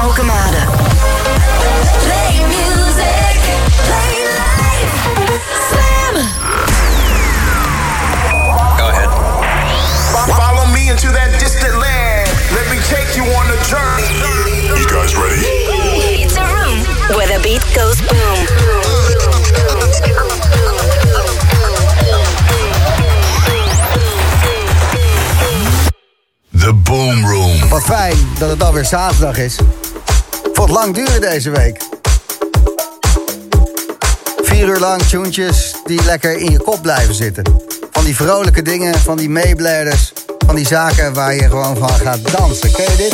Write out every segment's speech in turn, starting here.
Alkemade. Play music, play life. Slam. Go ahead. Follow me into that distant land. Let me take you on a journey. You guys ready? It's a room where the beat goes boom. The Boom Room. Wat fijn dat het alweer zaterdag is. Vond lang duren deze week. 4 uur lang tuentjes die lekker in je kop blijven zitten. Van die vrolijke dingen, van die meebladders, van die zaken waar je gewoon van gaat dansen. Ken je dit?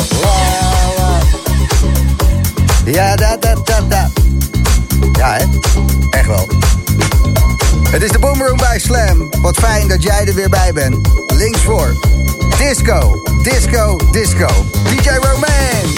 Ja, da. Ja, hè? Echt wel. Het is de Boom Room bij Slam. Wat fijn dat jij er weer bij bent. Links voor. Disco, disco, disco. DJ Roman.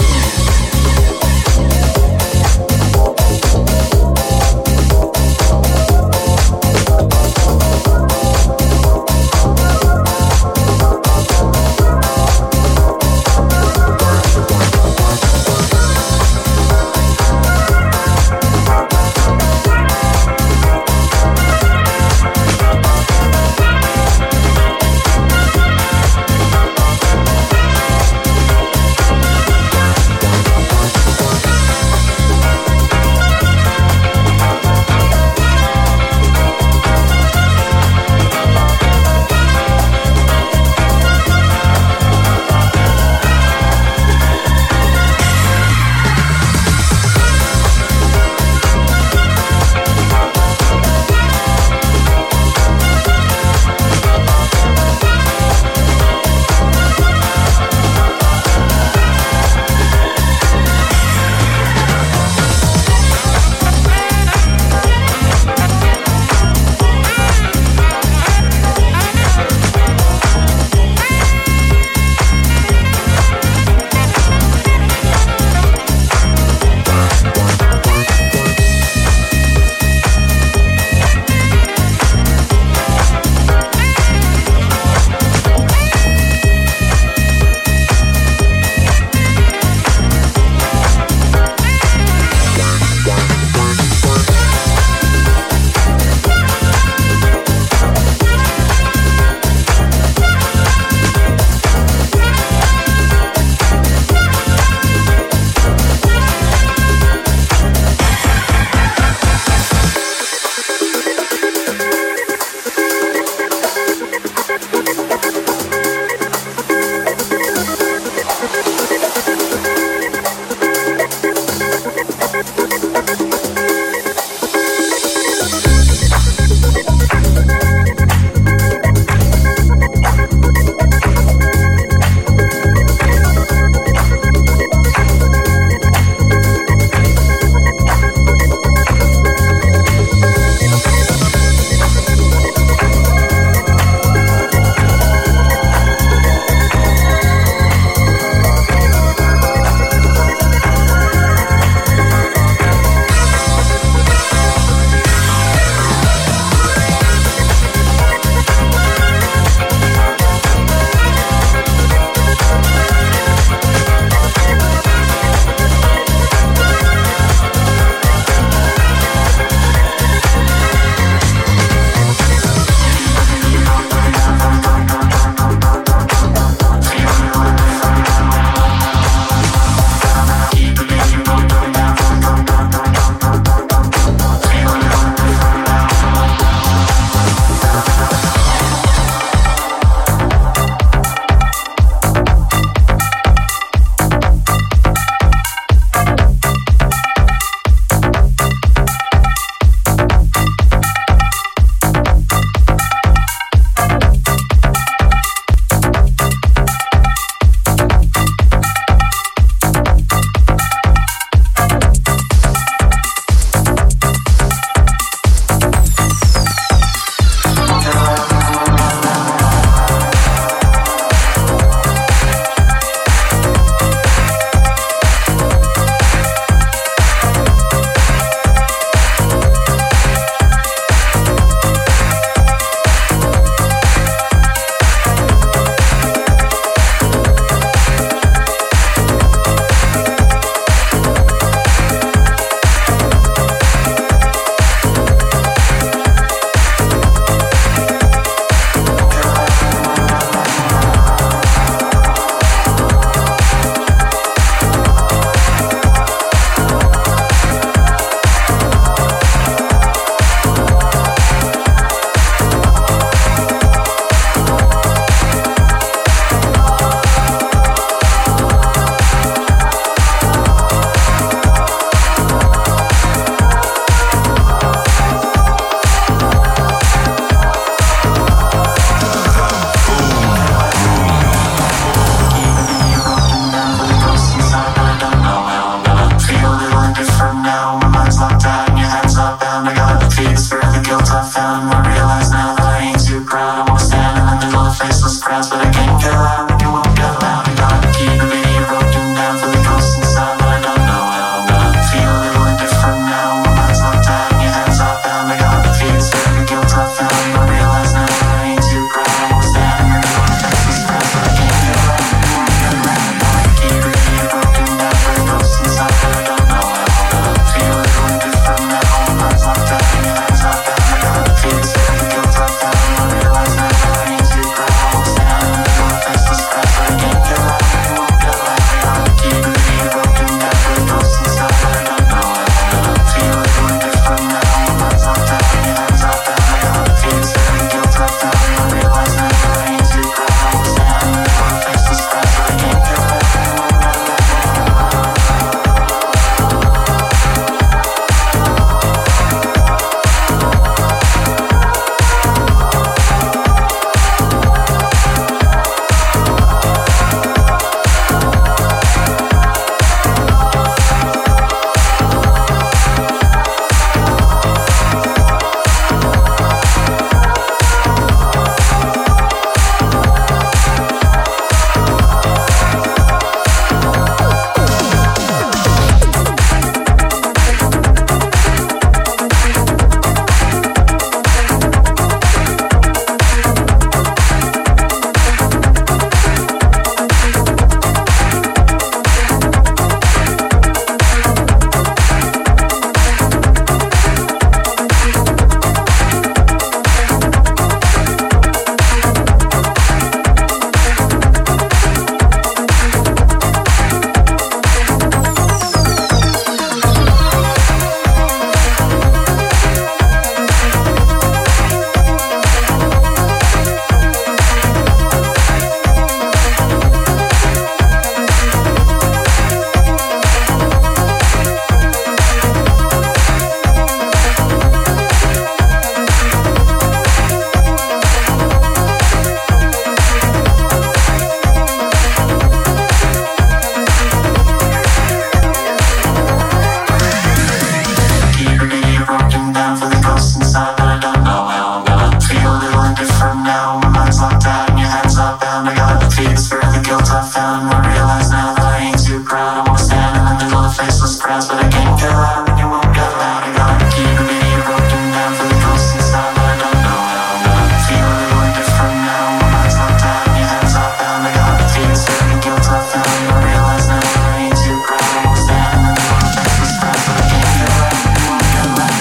down. I realize now that I ain't too proud. I wanna stand in the middle of faceless crowds, but I can't get loud when you won't get loud. I gotta keep being broken down for the ghosts inside, but I don't know how. I feel a little different now. My mind's locked down, your hands are bound. I got the feelings of the guilt I found. I realize now that I ain't too proud. I wanna stand in the middle of faceless crowds, but I can't get loud when you won't get loud.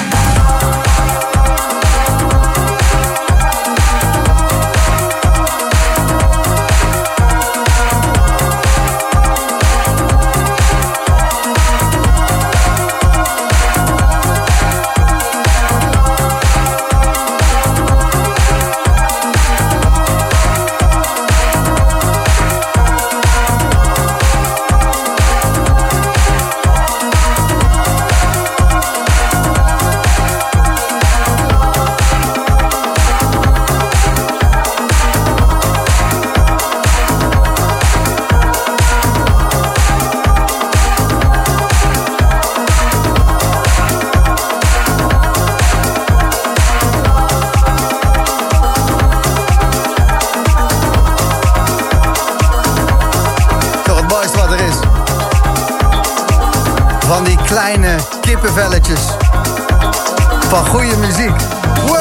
Van die kleine kippenvelletjes van goede muziek. Wow!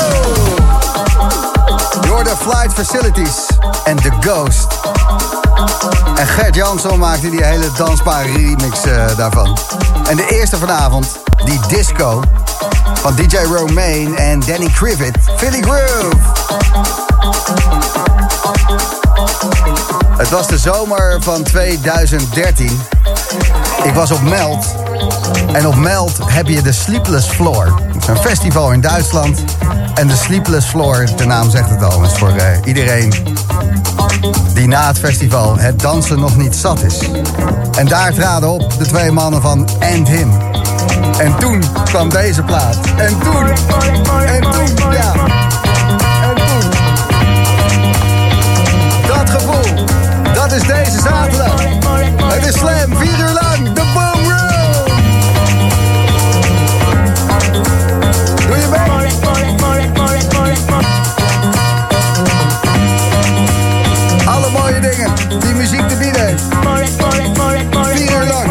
Je hoorde Flight Facilities en The Ghost. En Gert Jansson maakte die hele dansbare remix daarvan. En de eerste vanavond, die disco van DJ Romain en Danny Krivit, Philly Groove. Het was de zomer van 2013. Ik was op Melt. En op Melt heb je de Sleepless Floor. Het is een festival in Duitsland. En de Sleepless Floor, de naam zegt het al, is voor iedereen die na het festival het dansen nog niet zat is. En daar traden op de twee mannen van And Him. En toen kwam deze plaat. En toen, ja. En toen. Dat gevoel, dat is deze zaterdag. Het is Slam, 4 uur lang, de Boom Room. Doe je mee? Alle mooie dingen die muziek te bieden heeft. 4 uur lang.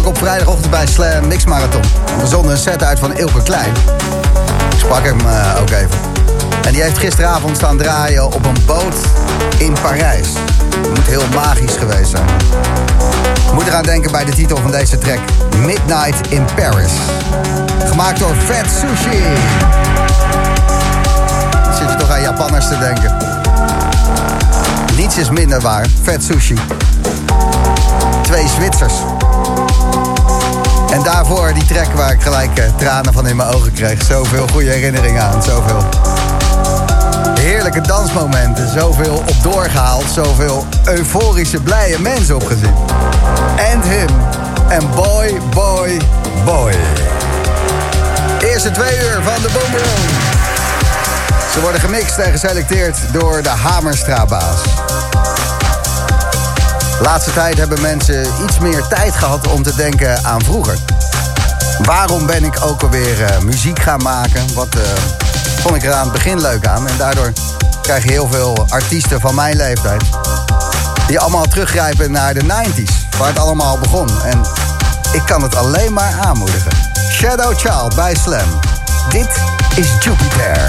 ook op vrijdagochtend bij Slam Mix Marathon. We zonden een set uit van Ilke Klein. Ik sprak hem ook even. En die heeft gisteravond staan draaien op een boot in Parijs. Het moet heel magisch geweest zijn. Ik moet eraan denken bij de titel van deze track. Midnight in Paris. Gemaakt door Fat Sushi. Dan zit je toch aan Japanners te denken. Niets is minder waar. Fat Sushi. 2 Zwitsers. En daarvoor die track waar ik gelijk tranen van in mijn ogen kreeg. Zoveel goede herinneringen aan. Zoveel heerlijke dansmomenten. Zoveel op doorgehaald. Zoveel euforische, blije mensen opgezien. And him. En boy, boy, boy. Eerste 2 uur van de Boom Room. Ze worden gemixt en geselecteerd door de Hamerstraatbaas. De laatste tijd hebben mensen iets meer tijd gehad om te denken aan vroeger. Waarom ben ik ook alweer muziek gaan maken? Wat vond ik er aan het begin leuk aan. En daardoor krijg je heel veel artiesten van mijn leeftijd die allemaal teruggrijpen naar de 90s. Waar het allemaal begon. En ik kan het alleen maar aanmoedigen. Shadow Child bij Slam. Dit is Jupiter.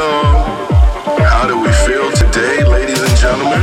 How do we feel today, ladies and gentlemen?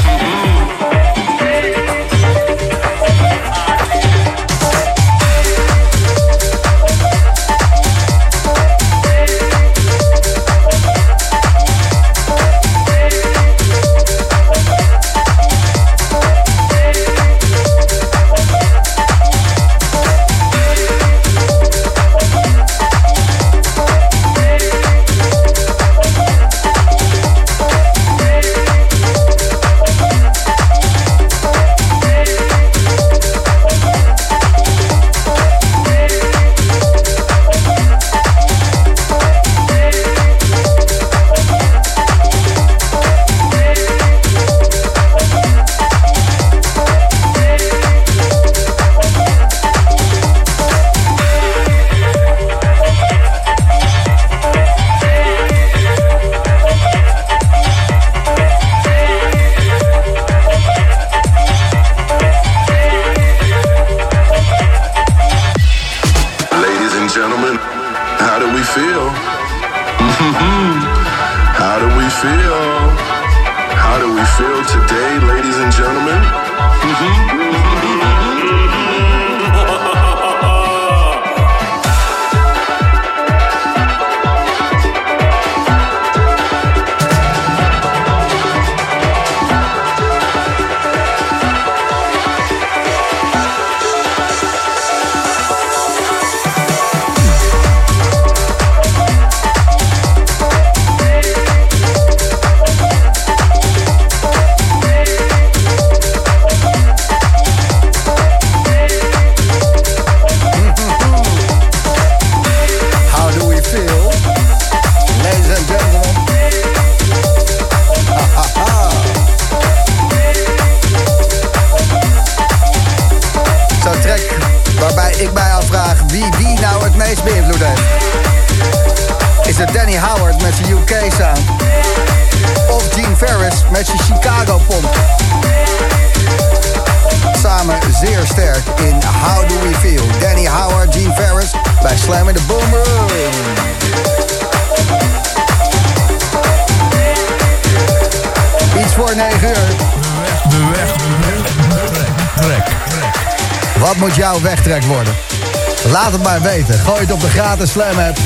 Wat moet jouw wegtrek worden? Laat het maar weten. Gooi het op de gratis Slam app.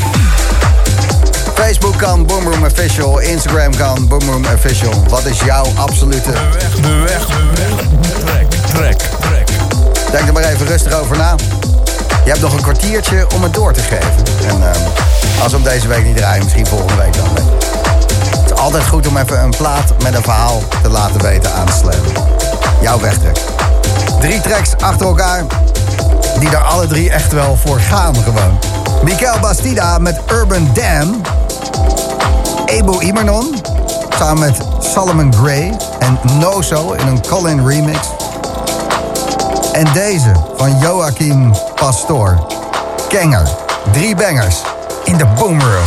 Facebook kan Boomroom Official. Instagram kan Boomroom Official. Wat is jouw absolute... De weg. Trek. Denk er maar even rustig over na. Je hebt nog een kwartiertje om het door te geven. En als we hem deze week niet draaien, misschien volgende week dan. Het is altijd goed om even een plaat met een verhaal te laten weten aan Slam. Jouw wegtrek. 3 tracks achter elkaar, die er alle 3 echt wel voor gaan gewoon. Mikael Bastida met Urban Dam. Ebo Imernon, samen met Solomon Gray en Nozo in een Colin remix. En deze van Joachim Pastoor. Kenger. 3 bangers in de Boomroom.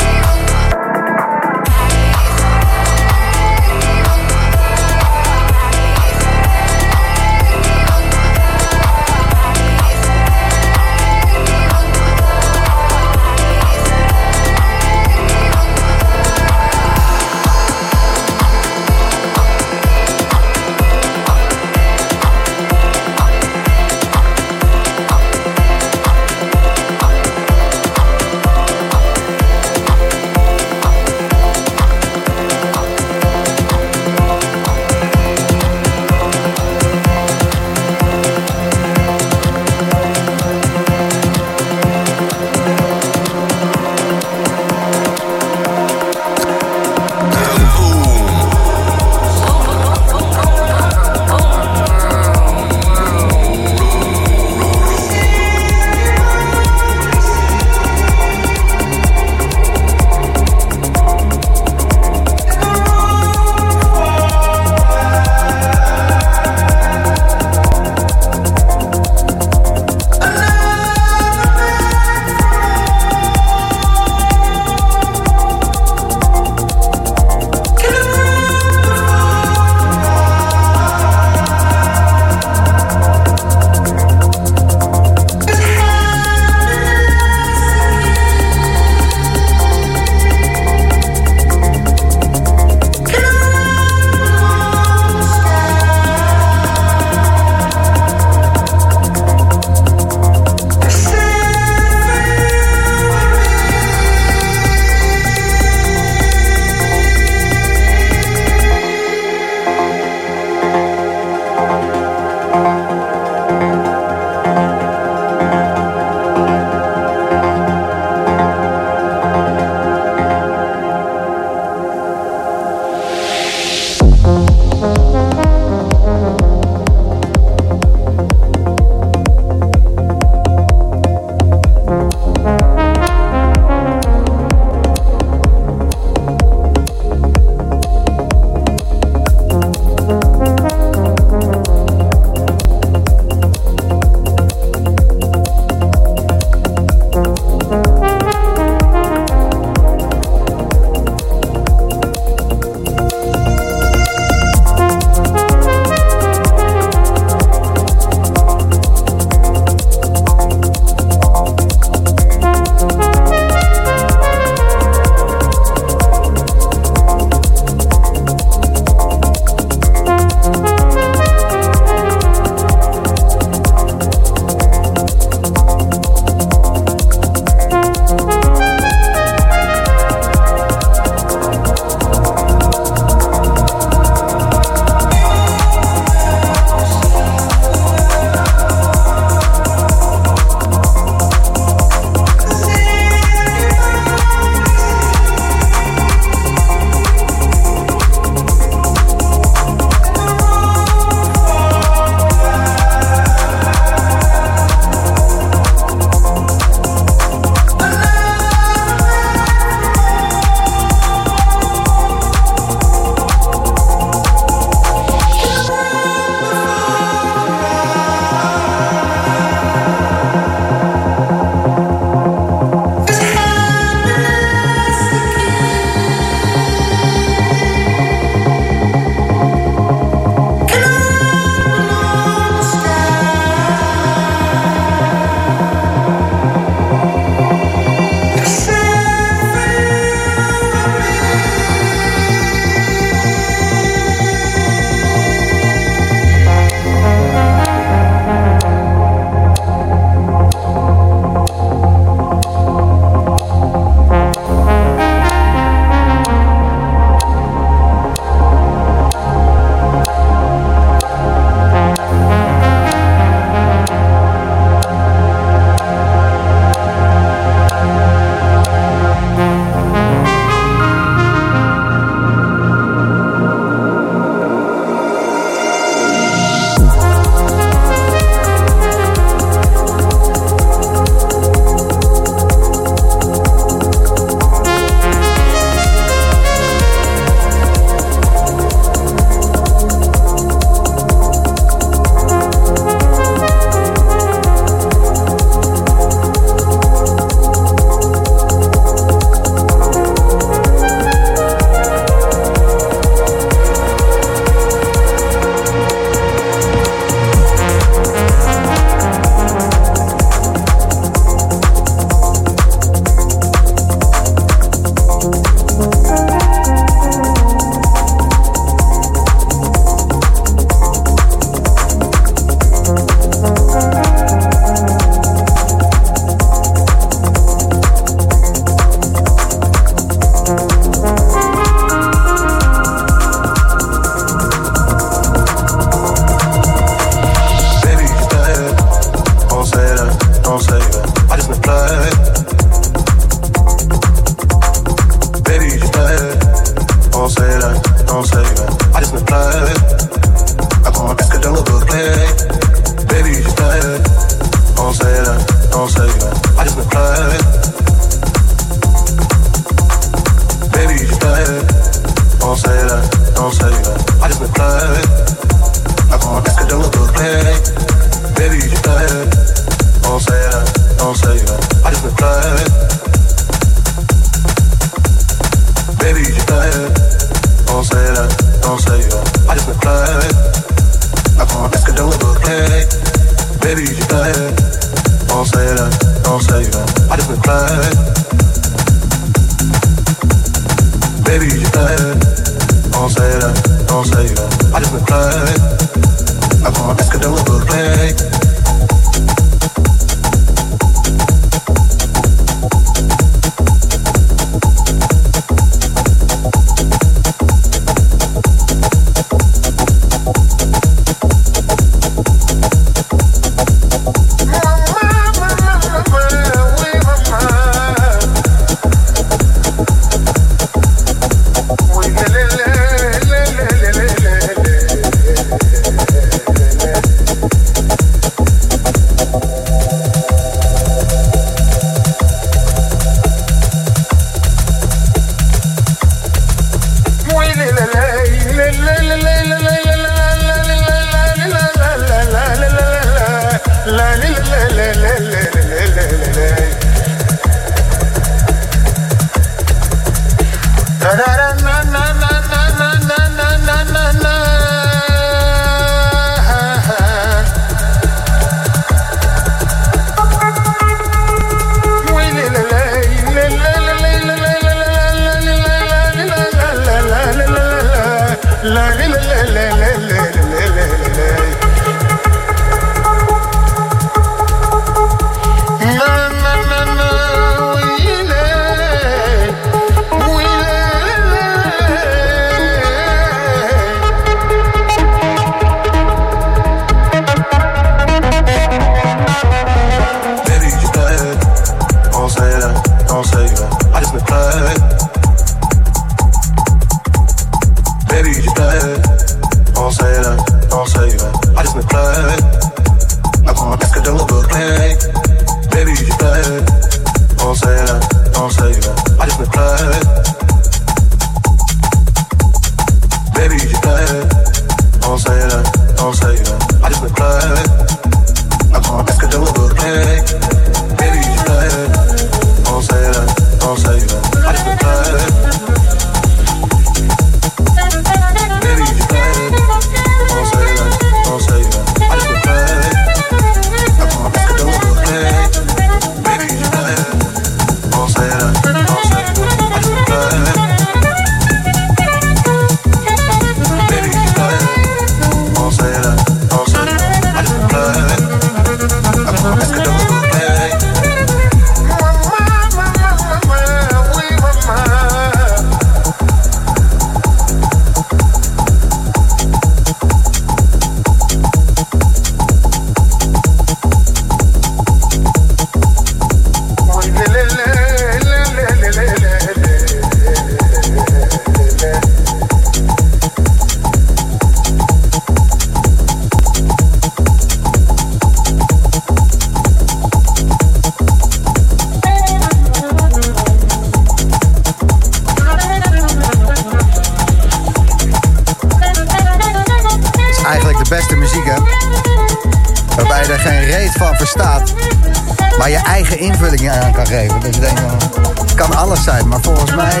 Waar je eigen invulling aan kan geven. Dus ik denk, het kan alles zijn. Maar volgens mij...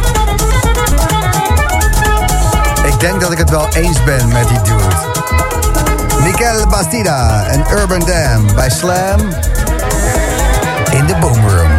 ik denk dat ik het wel eens ben met die dude. Mikel Bastida en Urban Dam bij Slam in de Boom Room.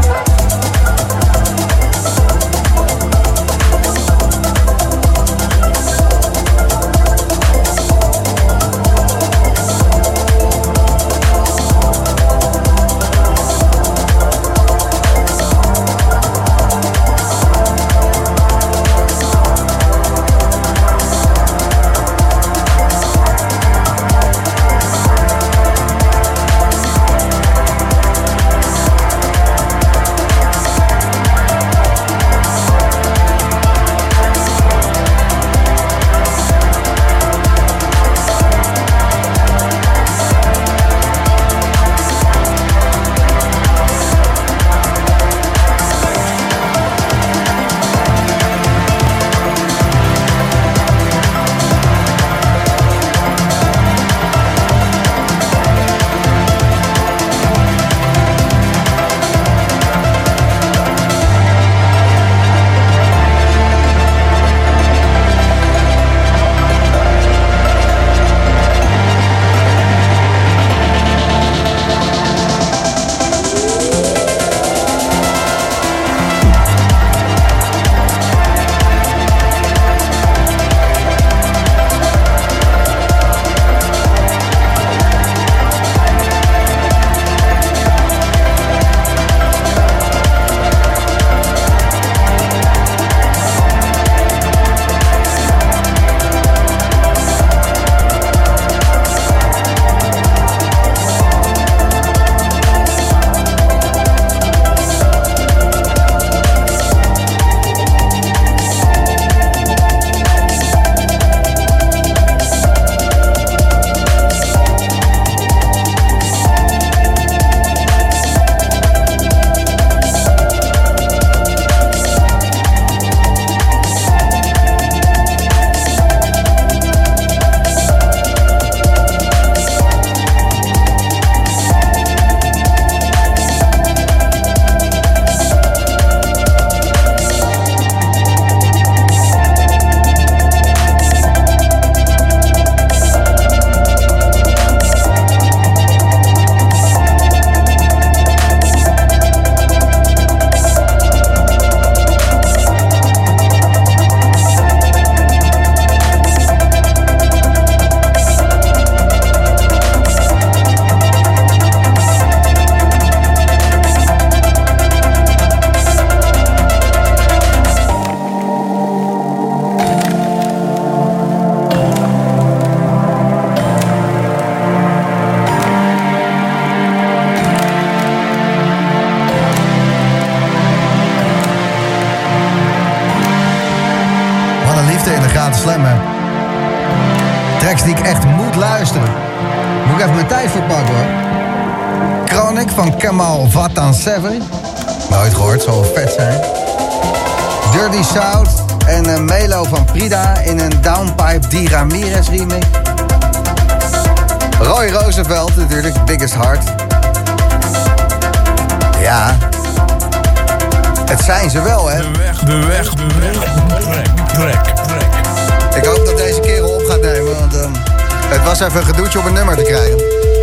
gratis Slam heb. Tracks die ik echt moet luisteren. Moet ik even mijn tijd voor pakken hoor. Chronic van Kemal Vatansever. Nooit gehoord, zal wel vet zijn. Dirty South en Melo van Prida in een Downpipe Di Ramirez remix. Roy Roosevelt natuurlijk, Biggest Heart. Ja, het zijn ze wel, hè? De weg. Trek. Ik hoop dat deze kerel op gaat nemen, want het was even een gedoetje om een nummer te krijgen.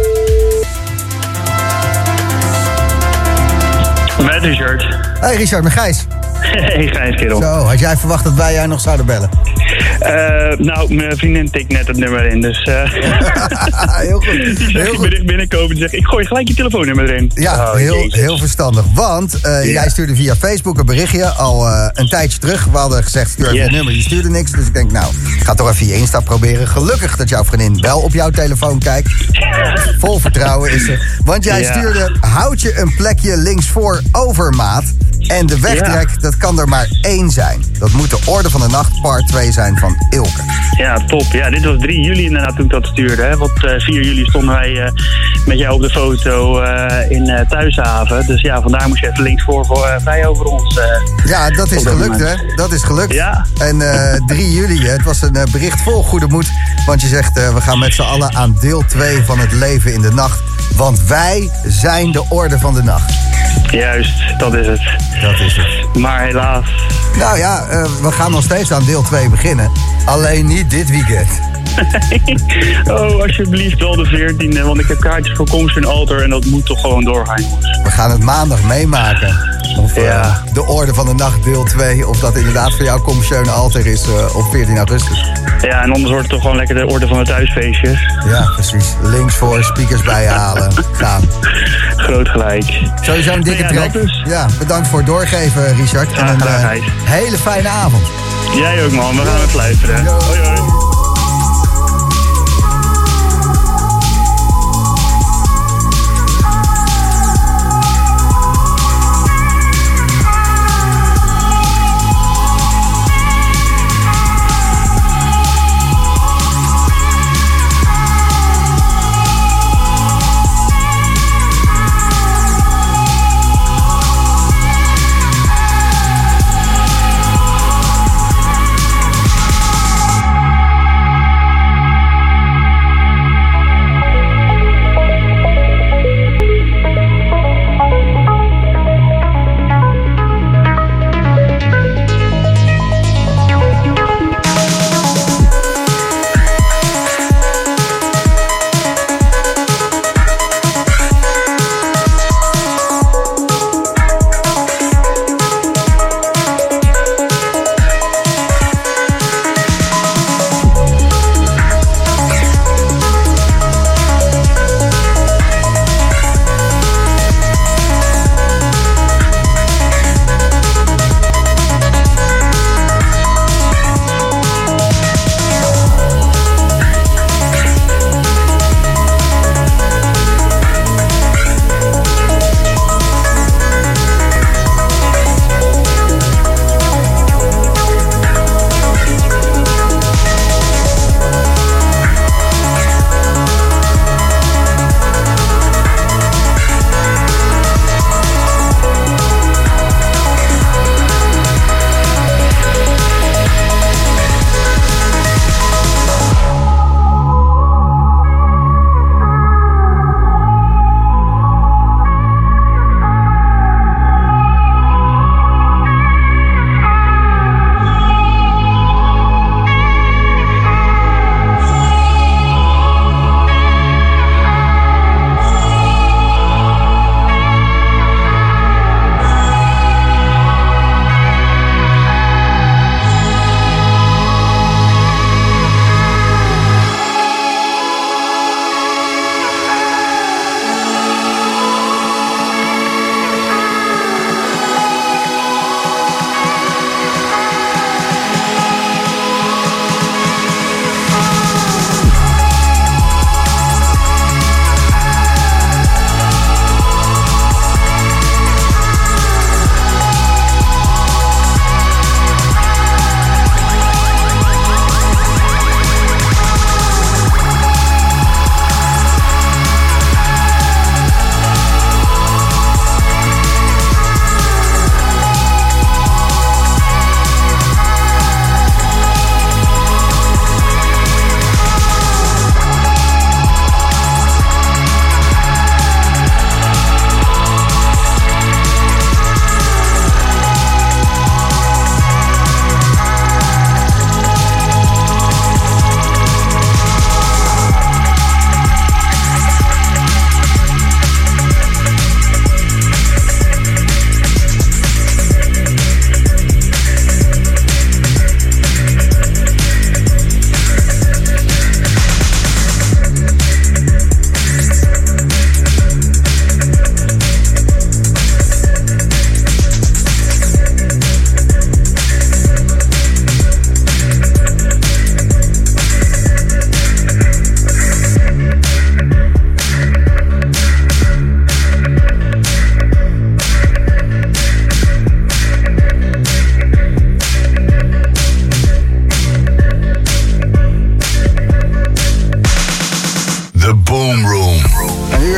Met Richard. Hey Richard, met Gijs. Hey Gijs, kerel. Zo, had jij verwacht dat wij jou nog zouden bellen? Nou, mijn vriendin tikt net het nummer in, dus... Heel goed. Die zegt Heel je goed. bericht binnenkomen en zegt, ik gooi gelijk je telefoonnummer erin. Ja, Oh, heel verstandig. Want jij stuurde via Facebook een berichtje al een tijdje terug. We hadden gezegd, stuur even je nummer. Je stuurde niks. Dus ik denk, nou, ik ga toch even je Insta proberen. Gelukkig dat jouw vriendin wel op jouw telefoon kijkt. Vol vertrouwen is ze. Want jij stuurde, houd je een plekje linksvoor overmaat. En de wegtrek, dat kan er maar 1 zijn. Dat moet de Orde van de Nacht part 2 zijn van Ilke. Ja, top. Ja, dit was 3 juli inderdaad toen ik dat stuurde. Hè? Want 4 juli stonden wij met jou op de foto in Thuishaven. Dus ja, vandaar moest je even linksvoor vrij over ons. Ja, dat is gelukt, hè? Dat is gelukt. Ja. En 3 juli, het was een bericht vol goede moed. Want je zegt, we gaan met z'n allen aan deel 2 van het leven in de nacht. Want wij zijn de Orde van de Nacht. Juist, dat is het. Dat is het. Maar helaas. Nou ja, we gaan nog steeds aan deel 2 beginnen. Alleen niet dit weekend. Oh, alsjeblieft wel de 14e. Want ik heb kaartjes voor Commission Alter en dat moet toch gewoon doorgaan, jongens. We gaan het maandag meemaken. Of de Orde van de Nacht deel 2. Of dat inderdaad voor jou Commission Alter is op 14 augustus. Ja, en anders wordt het toch gewoon lekker de Orde van de Thuisfeestjes. Ja, precies. Linksvoor, speakers bijhalen. Gaan. Groot gelijk. Sowieso een dikke Ja, track. dat dus. Ja, bedankt voor het doorgeven, Richard. Graag En een gedaan, Gijs. hele fijne avond. Jij ook, man. We gaan het luisteren. Hoi, hoi.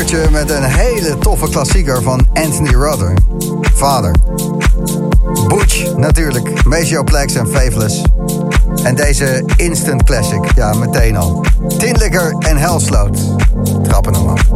nummertje met een hele toffe klassieker van Anthony Rother. Vader. Butch natuurlijk, Maceo Plex en Faithless. En deze instant classic, ja meteen al. Tinlicker en Hellsloot. Trappen hem af.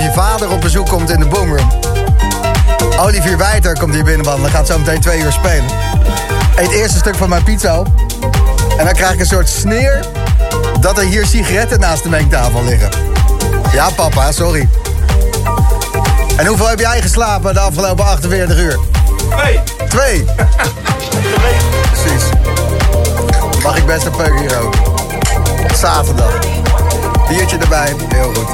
je vader op bezoek komt in de boomroom. Olivier Wijter komt hier binnenwandelen. Gaat zo meteen 2 uur spelen. Eet eerst een stuk van mijn pizza op. En dan krijg ik een soort sneer dat er hier sigaretten naast de mengtafel liggen. Ja, papa, sorry. En hoeveel heb jij geslapen de afgelopen 48 uur? 2. Precies. Mag ik best een peuk hier ook. Zaterdag. Biertje erbij. Heel goed.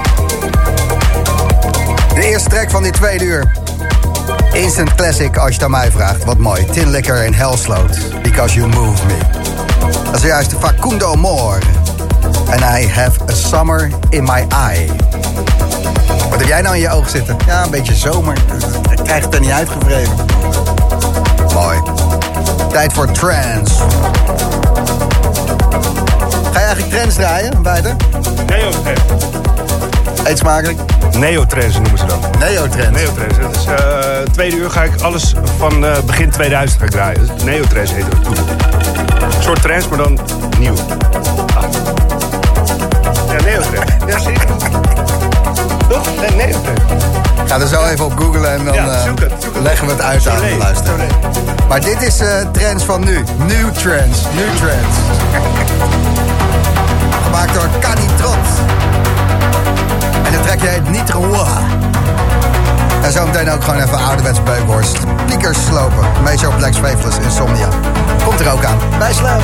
De eerste track van die 2 uur. Instant classic als je het aan mij vraagt. Wat mooi. Tin Liquor in Hellsloot. Because you move me. Dat is juist de Facundo Amor. And I have a summer in my eye. Wat heb jij nou in je oog zitten? Ja, een beetje zomer. Ik krijg het er niet uitgevreven. Mooi. Tijd voor trance. Ga je eigenlijk trance draaien, Wijter? Neotrance. Eet smakelijk. Neotrance noemen ze dat. Neotrance. Neotrance. Dus 2 uur ga ik alles van begin 2000 ga ik draaien. Dus Neotrance heet het toen. Een soort trance, maar dan nieuw. Ja, Neotrance. Ja, zeker. Toch? Nee, Neotrance. Ga er zo even op googlen en dan zoek het. leggen we het uit aan de luisteraar. Maar dit is trance van nu. New trance. New trance. Gemaakt door Cani Trot. En dan trek je het niet roa. En zometeen ook gewoon even ouderwets beukhorst. Speakers slopen. Major Black Faithless Insomnia. Komt er ook aan. Bij Slam.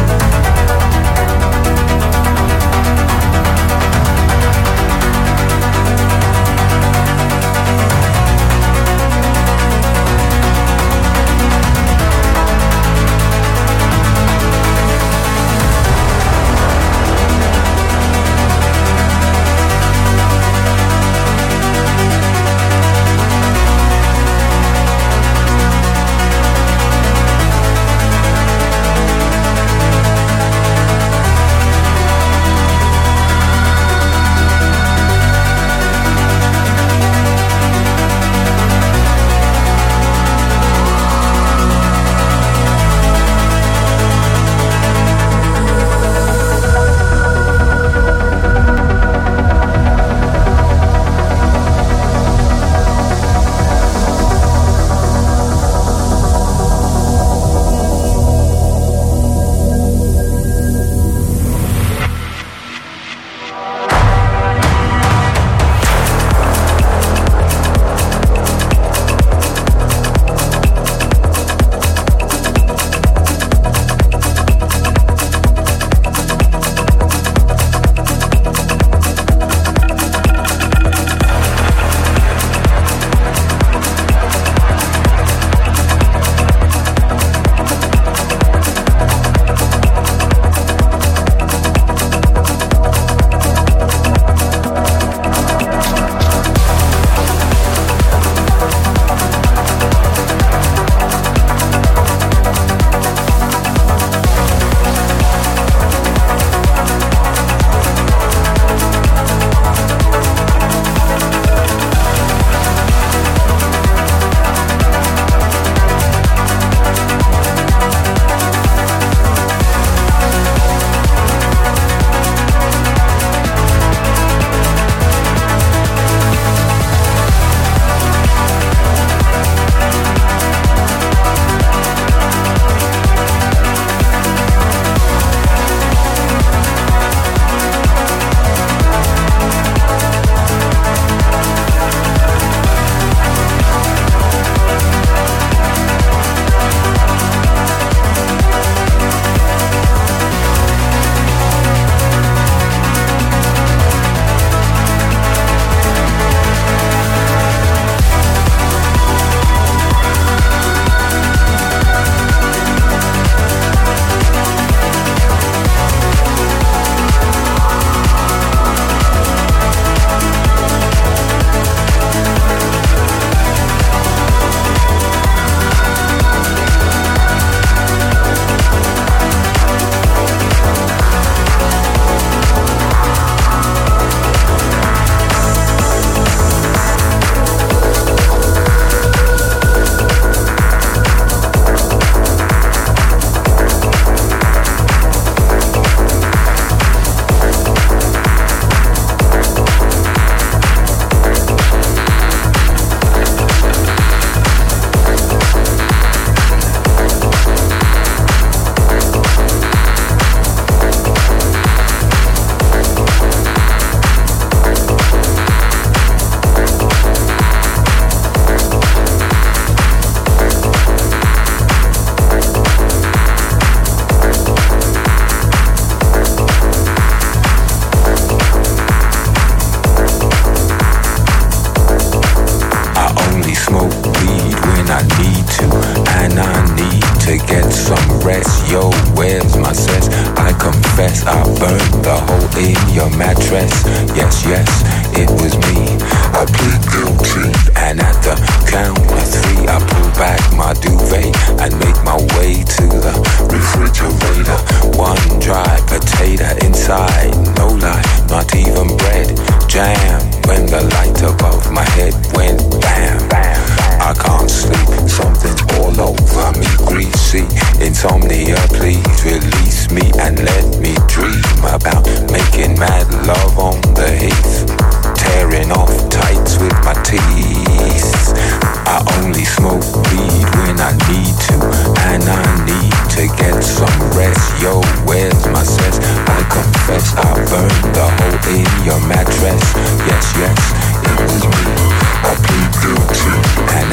in your mattress. Yes, yes, it was me. I plead guilty, and at the count of 3, I pull back my duvet and make my way to the refrigerator. One dry potato inside, no lie, not even bread. Jam when the light above my head went bam, bam. I can't sleep, something's all over me, greasy. Insomnia, please release me and let me dream about making mad love on the heath, tearing off tights with my teeth. I only smoke weed when I need to, and I need to get some rest. Yo, where's my cess? I confess I burned the hole in your mattress. Yes, yes, it was me. I plead guilty, and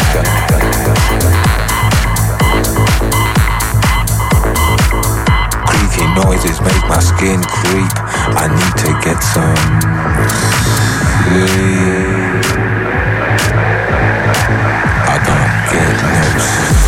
creaky noises make my skin creep. I need to get some sleep. I can't get no sleep.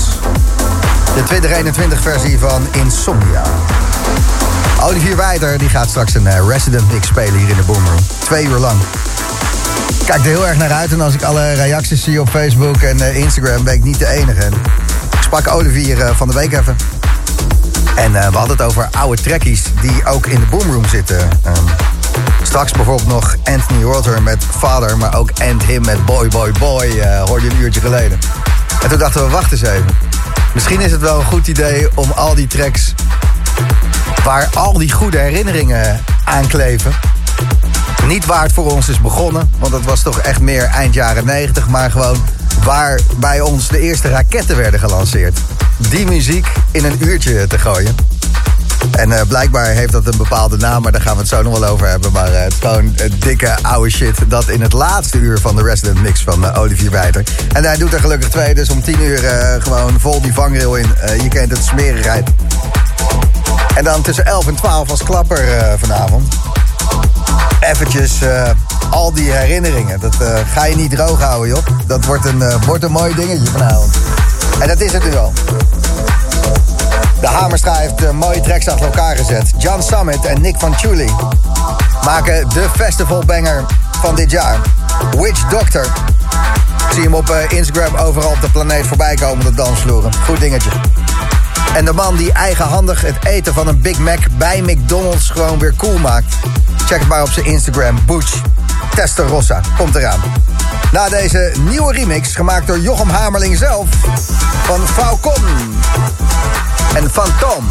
De 2021 versie van Insomnia. Olivier Wijter die gaat straks een resident mix spelen hier in de Boomroom. 2 uur lang. Kijk er heel erg naar uit en als ik alle reacties zie op Facebook en Instagram ben ik niet de enige. Ik sprak Olivier van de week even. En we hadden het over oude trackies die ook in de Boomroom zitten. Straks bijvoorbeeld nog Anthony Rother met Father, maar ook And Him met Boy Boy Boy, hoorde je een uurtje geleden. En toen dachten we, wacht eens even. Misschien is het wel een goed idee om al die tracks waar al die goede herinneringen aan kleven. Niet waar het voor ons is begonnen, want dat was toch echt meer eind jaren 90, maar gewoon waar bij ons de eerste raketten werden gelanceerd. Die muziek in een uurtje te gooien. En blijkbaar heeft dat een bepaalde naam, maar daar gaan we het zo nog wel over hebben. Maar het is gewoon dikke oude shit. Dat in het laatste uur van de Resident Mix van Olivier Wijter. En hij doet er gelukkig 2, dus om 10 uur gewoon vol die vangrail in. Je kent het, smerigheid. En dan tussen 11 en 12 als klapper vanavond. Eventjes al die herinneringen. Dat ga je niet droog houden, joh. Dat wordt een mooi dingetje vanavond. En dat is het nu al. De Hamerstra heeft mooie tracks achter elkaar gezet. John Summit en Nick van Chuli maken de festivalbanger van dit jaar. Witch Doctor. Ik zie hem op Instagram overal op de planeet voorbij komen op de dansvloeren. Goed dingetje. En de man die eigenhandig het eten van een Big Mac bij McDonald's gewoon weer cool maakt. Check het maar op zijn Instagram. Butch Testarossa. Komt eraan. Na deze nieuwe remix, gemaakt door Jochem Hamerling zelf, van Falcon en Phantom.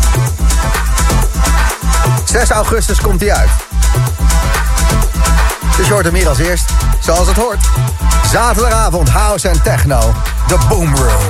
6 augustus komt hij uit. Dus je hoort hem hier als eerst, zoals het hoort. Zaterdagavond, house en techno. The Boomroom.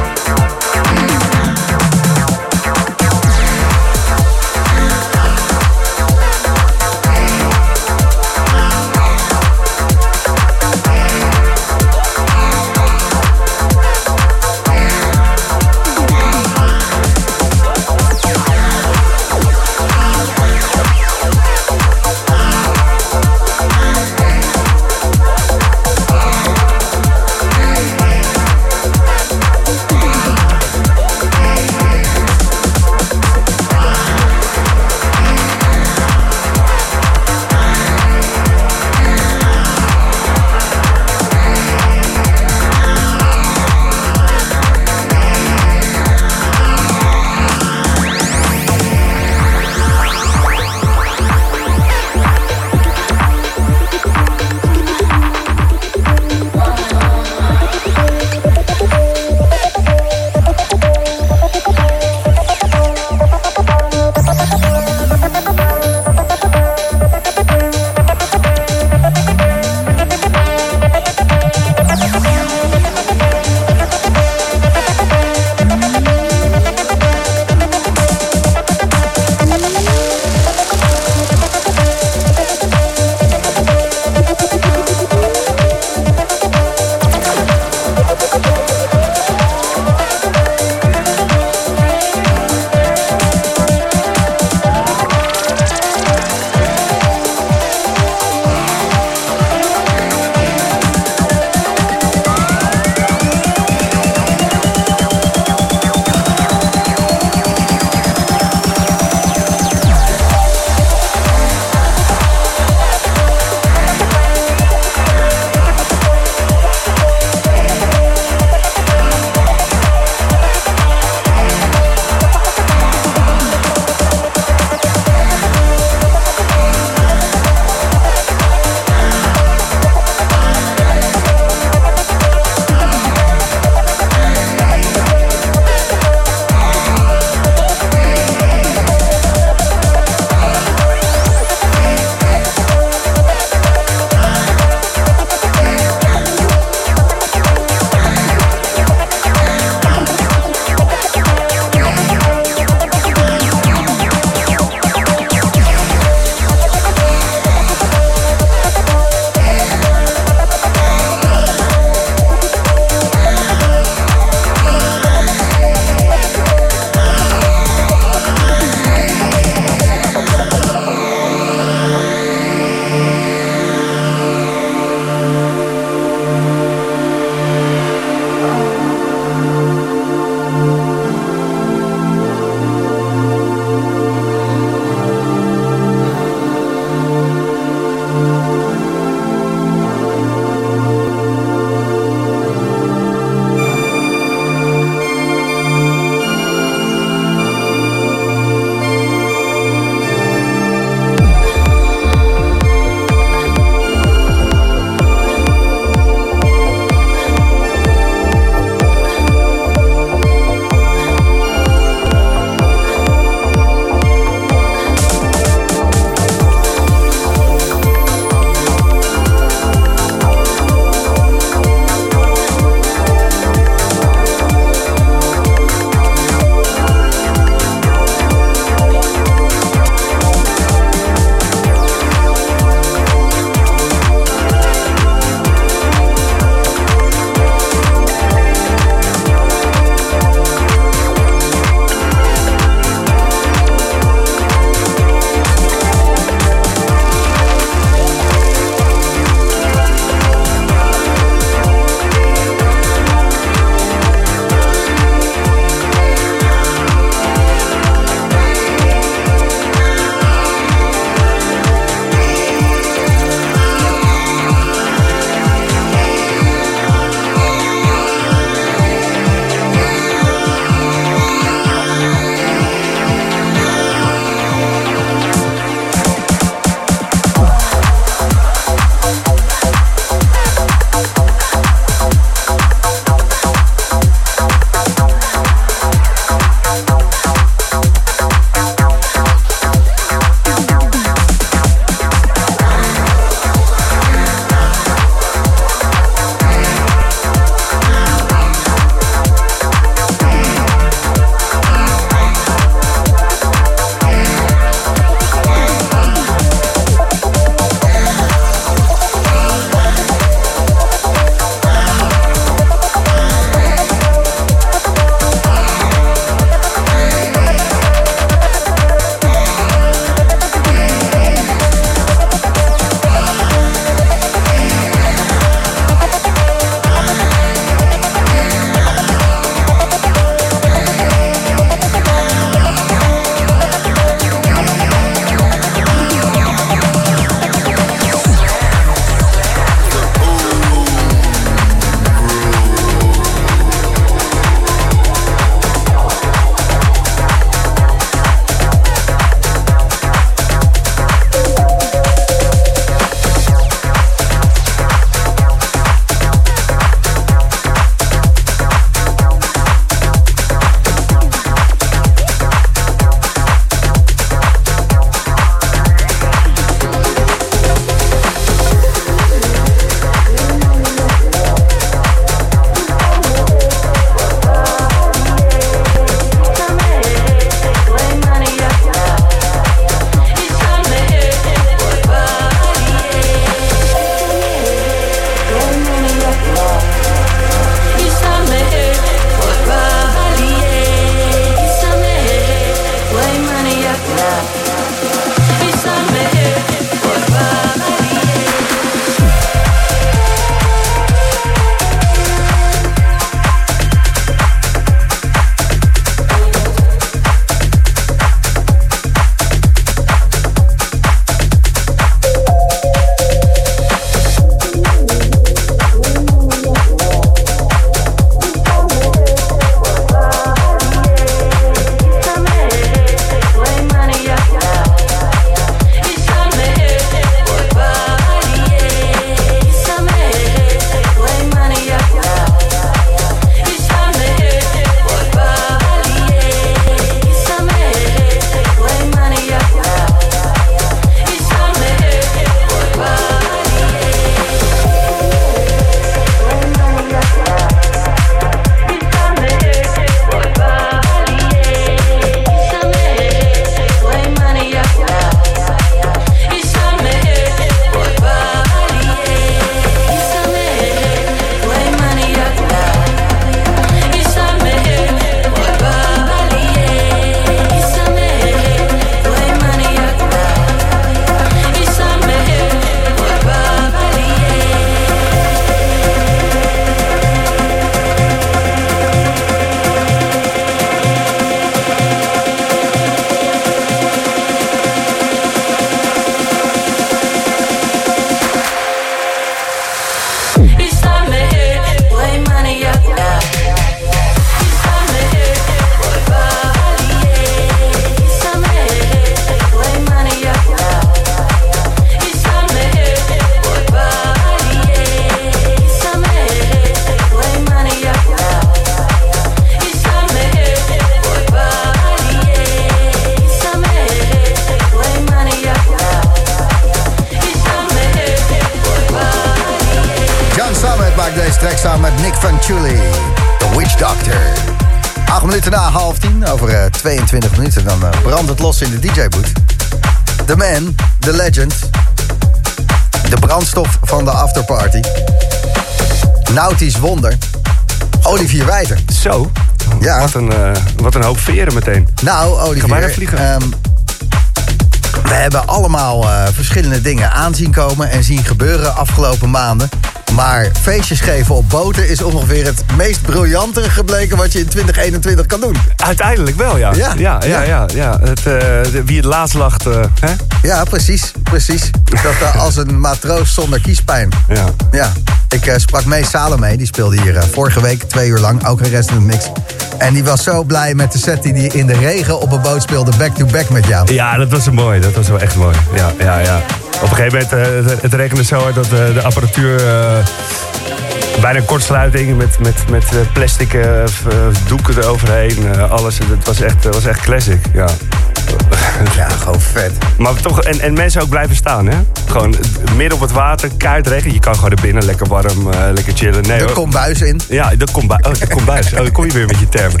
Actually, The Witch Doctor. 8 minuten na 9:30, over 22 minuten, dan brandt het los in de DJ-boot. The man, the legend, de brandstof van de afterparty. Nautisch wonder, Olivier Wijter. Zo, ja. Wat een hoop veren meteen. Nou, Olivier, Ga bijna vliegen. We hebben allemaal verschillende dingen aanzien komen en zien gebeuren afgelopen maanden. Maar feestjes geven op boten is ongeveer het meest briljante gebleken wat je in 2021 kan doen. Uiteindelijk wel, ja. Ja. Wie het laatst lacht, hè? Ja, precies. Dat als een matroos zonder kiespijn. Ja. Ik sprak Mees Salome, die speelde hier vorige week 2 uur lang, ook een resident mix. En die was zo blij met de set die hij in de regen op een boot speelde, back-to-back met jou. Ja, dat was mooi. Dat was wel echt mooi. Ja. Op een gegeven moment, het regende zo hard dat de apparatuur bijna een kortsluiting met plastic doeken eroverheen. Alles. Het was echt classic, ja. Ja, gewoon vet. Maar toch, en mensen ook blijven staan, hè? Gewoon midden op het water, keihard. Je kan gewoon er binnen, lekker warm, lekker chillen. Nee, er komt buis in. Ja, er komt buis. Dan kom je weer met je termen.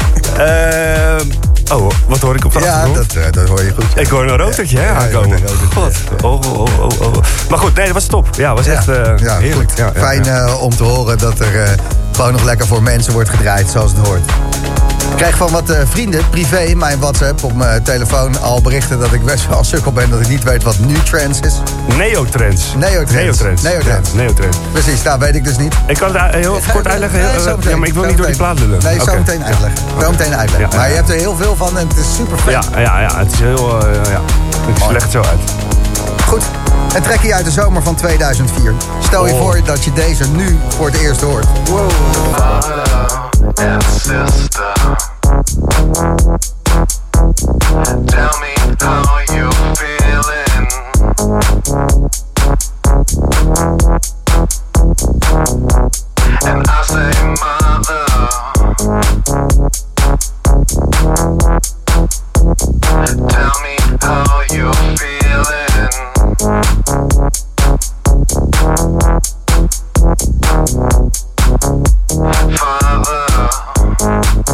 Wat hoor ik op de achtergrond? Ja, dat hoor je goed. Ja. Ik hoor een rotertje aankomen. God. Oh. Maar goed, nee, dat was top. Ja, was echt heerlijk. Ja, fijn om te horen dat er gewoon nog lekker voor mensen wordt gedraaid zoals het hoort. Ik krijg van wat vrienden, privé, in mijn WhatsApp, op mijn telefoon al berichten dat ik best wel sukkel ben, dat ik niet weet wat nu trends is. Neotrends. Precies, dat weet ik dus niet. Ik kan het heel kort uitleggen. Ja, maar ik wil niet door die plaat lullen. Nee, zo meteen uitleggen. Ja. Maar je hebt er heel veel van en het is super vet. Ja, het is heel... Het legt zo uit. Goed, een trekje uit de zomer van 2004. Stel je voor dat je deze nu voor het eerst hoort. Wow. Brother and sister, tell me how you feeling. And I say, mother, tell me how you feeling. Father,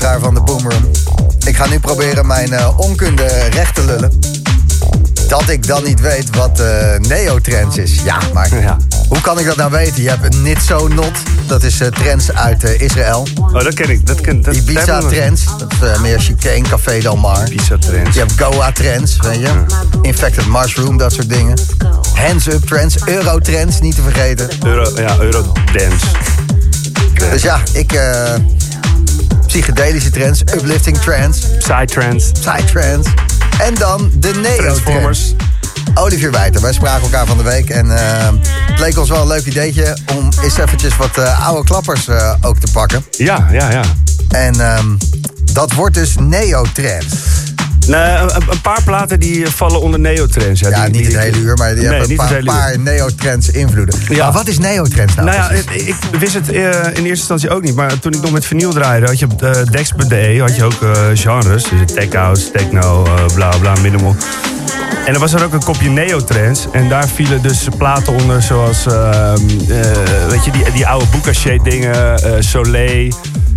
luisteraar van de Boomroom. Ik ga nu proberen mijn onkunde recht te lullen. Dat ik dan niet weet wat neotrends is. Ja, maar hoe kan ik dat nou weten? Je hebt een Nitso-not. Dat is trends uit Israël. Oh, dat ken ik. Ibiza-trends. Dat is meer chicane, Café Del Mar. Ibiza-trends. Je hebt Goa-trends, weet je. Infected Mushroom, dat soort dingen. Hands-up-trends. Euro-trends, niet te vergeten. Eurodance. Dus ja, psychedelische trends, uplifting trends. Psytrends. En dan de neo-trends. Olivier Wijter, wij spraken elkaar van de week. En het leek ons wel een leuk ideetje om eens eventjes wat oude klappers ook te pakken. Ja. En dat wordt dus neo-trends. Nee, een paar platen die vallen onder neotrends. Niet het hele uur, maar die hebben een paar neotrends invloeden. Ja. Maar wat is neotrends nou? Ik wist het in eerste instantie ook niet. Maar toen ik nog met vinyl draaide, had je op Dex.de had je ook genres. Dus tech house, techno, bla bla, minimal. En er was er ook een kopje neotrends. En daar vielen dus platen onder zoals, weet je, die oude Boucaché dingen, Soleil.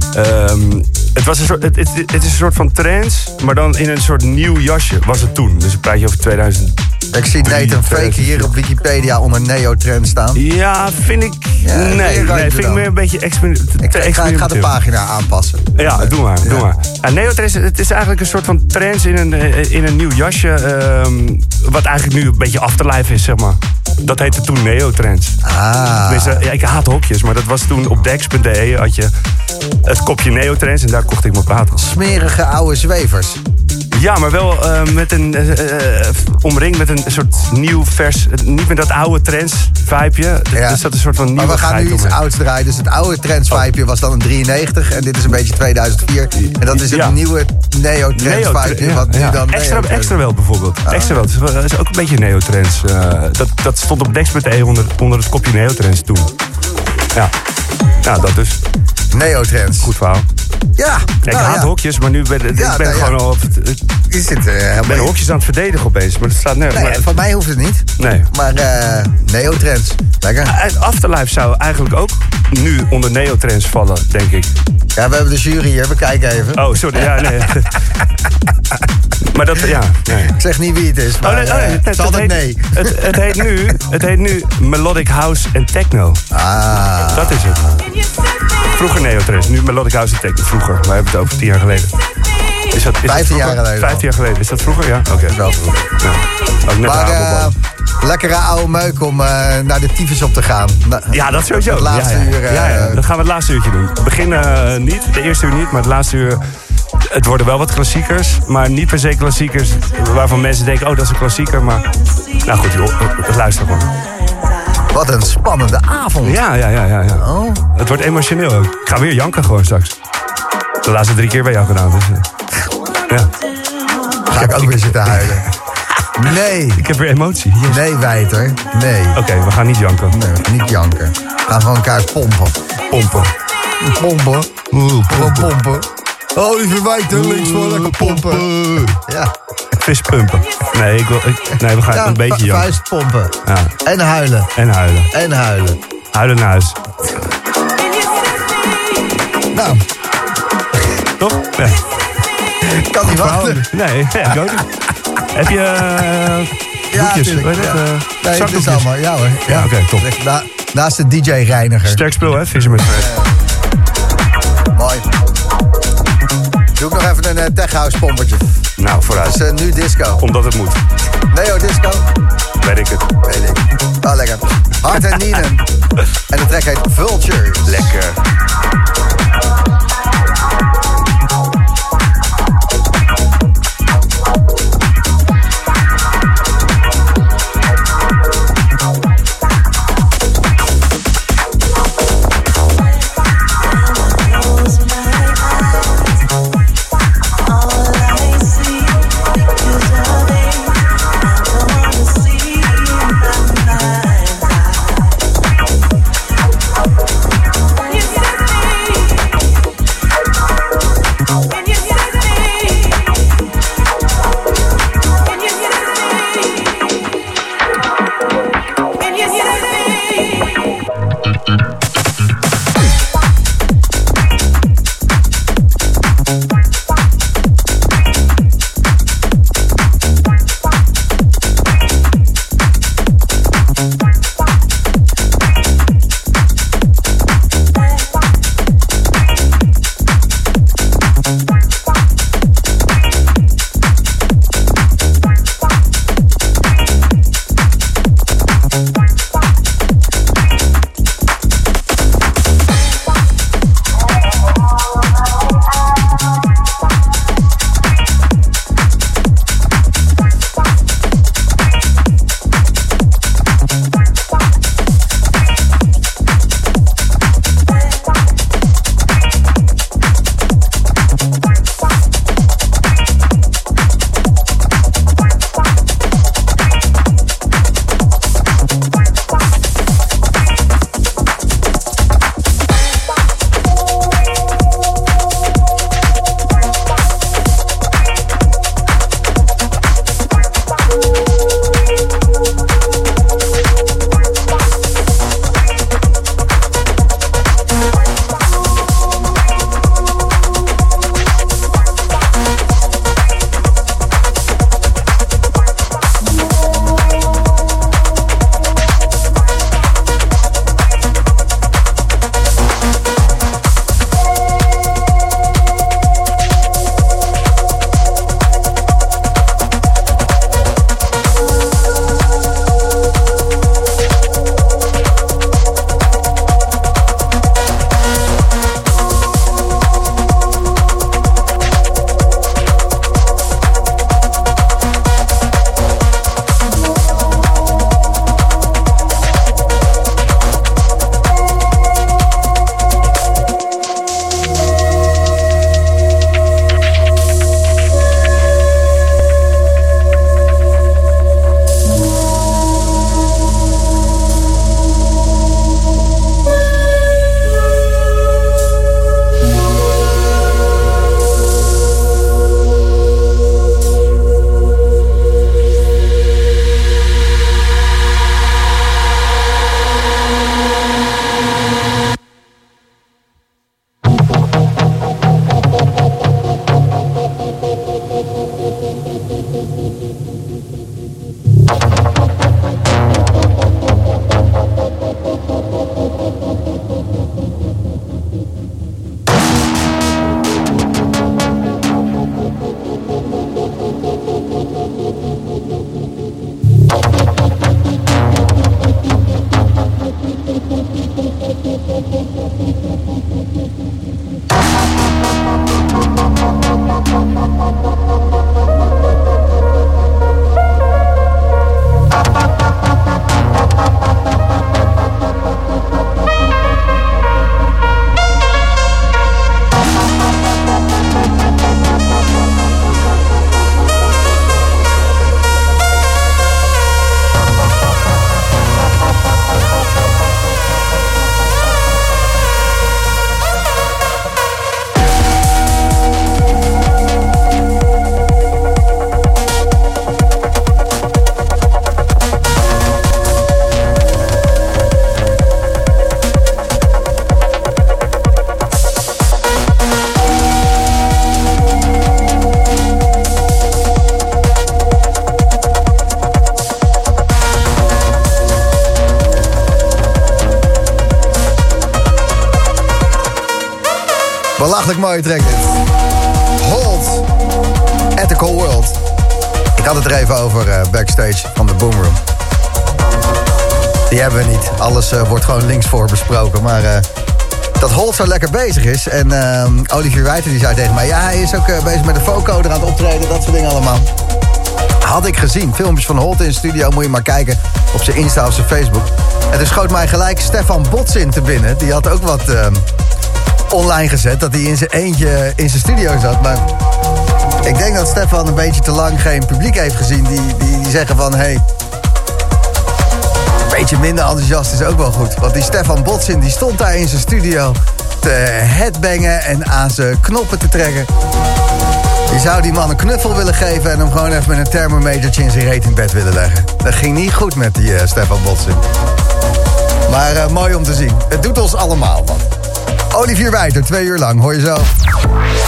Het is een soort van trance, maar dan in een soort nieuw jasje was het toen. Dus ik praat je over 2000. Ik zie Nathan Fake hier op Wikipedia onder neotrend staan. Ja, vind ik... Ja, nee, vind ik meer een beetje Ik ga de pagina aanpassen. Ja, doe maar. Ja, neotrends, het is eigenlijk een soort van trance in een nieuw jasje. Wat eigenlijk nu een beetje afterlife is, zeg maar. Dat heette toen neotrends. Tenminste, ik haat hokjes, maar dat was toen op Dex.de had je het kopje neotrends en daar kocht ik mijn platen. Smerige oude zwevers. Ja, maar wel met omringd met een soort nieuw vers... Niet met dat oude trends-vibeje. Ja. Dus dat is een soort van nieuwe. Maar we gaan nu iets ouds draaien. Dus het oude trends-vibeje was dan een 93. En dit is een beetje 2004. En dat is het nieuwe neo-trends-vibeje. Wat nu dan extra wel bijvoorbeeld. Extra wel. Dat is ook een beetje neotrends. Dat stond op Dex.de onder het kopje neotrends toen. Ja, dat dus. Neotrends. Goed verhaal. Ja. Ik haat hokjes, maar nu ben ik gewoon al... Ik ben hokjes aan het verdedigen opeens, maar dat staat nergens. Nee, van mij hoeft het niet. Nee. Maar neotrends. Lekker. Afterlife zou eigenlijk ook nu onder neotrends vallen, denk ik. Ja, we hebben de jury hier, we kijken even. Oh, sorry, ja, nee. Maar dat, nee. Ik zeg niet wie het is, maar het is altijd nee. Het heet nu Melodic House en Techno. Dat is het. Vroeger neotrends, nu Melodic House en Techno. Vroeger, wij hebben het over 10 jaar geleden. Is dat 15 jaar geleden. 15 jaar geleden, is dat vroeger? Ja, oké. Wel vroeger. Ja. Maar lekkere oude meuk om naar de tyfus op te gaan. Ja, dat sowieso. Het laatste uur. Ja, dat gaan we het laatste uurtje doen. Het begin niet, de eerste uur niet, maar het laatste uur... Het worden wel wat klassiekers, maar niet per se klassiekers waarvan mensen denken, oh, dat is een klassieker. Maar, nou goed, joh, luister gewoon. Wat een spannende avond. Ja. Oh. Het wordt emotioneel ook. Ik ga weer janken gewoon straks. De laatste 3 keer bij jou gedaan, dus... ja. Ga ik ook weer zitten huilen. Nee. Ik heb weer emotie. Yes. Nee, Wijter. Nee. Oké, we gaan niet janken. Nee, we gaan niet janken. We gaan gewoon elkaar pompen. Pompen. Oh, die Wijter, links voor lekker pompen. Ja. Vispumpen. Nee, we gaan een beetje janken. Vuistpompen. Ja. En huilen. Huilen naar huis. Nou. Toch? Ja. Kan niet wachten. Nee, ik ook niet. Heb je doekjes? Nee, het is allemaal. Ja hoor. Ja, oké, top. Naast de DJ-reiniger. Sterk spul, hè? Vissen met mooi. Doe ik nog even een tech house pompertje. Nou, vooruit. Het is nu disco. Omdat het moet. Neo disco? Weet ik het. Weet ik. Oh, lekker. Hart en Nienen. En de track heet Vultures. Lekker. Belachelijk mooie track dit. Hold. Ethical World. Ik had het er even over backstage van de Boomroom. Die hebben we niet. Alles wordt gewoon linksvoor besproken. Maar dat Holt zo lekker bezig is. En Olivier Wijter die zei tegen mij... ja, hij is ook bezig met de vocoder aan het optreden. Dat soort dingen allemaal. Had ik gezien. Filmpjes van Holt in de studio. Moet je maar kijken op zijn Insta of zijn Facebook. En toen schoot mij gelijk Stefan Botsin te binnen. Die had ook wat online gezet. Dat hij in zijn eentje in zijn studio zat. Maar ik denk dat Stefan een beetje te lang geen publiek heeft gezien. Die zeggen van... hey, een beetje minder enthousiast is ook wel goed. Want die Stefan Botsin die stond daar in zijn studio te headbangen en aan zijn knoppen te trekken. Je zou die man een knuffel willen geven en hem gewoon even met een thermometertje in zijn reet in bed willen leggen. Dat ging niet goed met die Stefan Botsin. Maar mooi om te zien. Het doet ons allemaal wat. Olivier Wijter, 2 uur lang. Hoor je zo.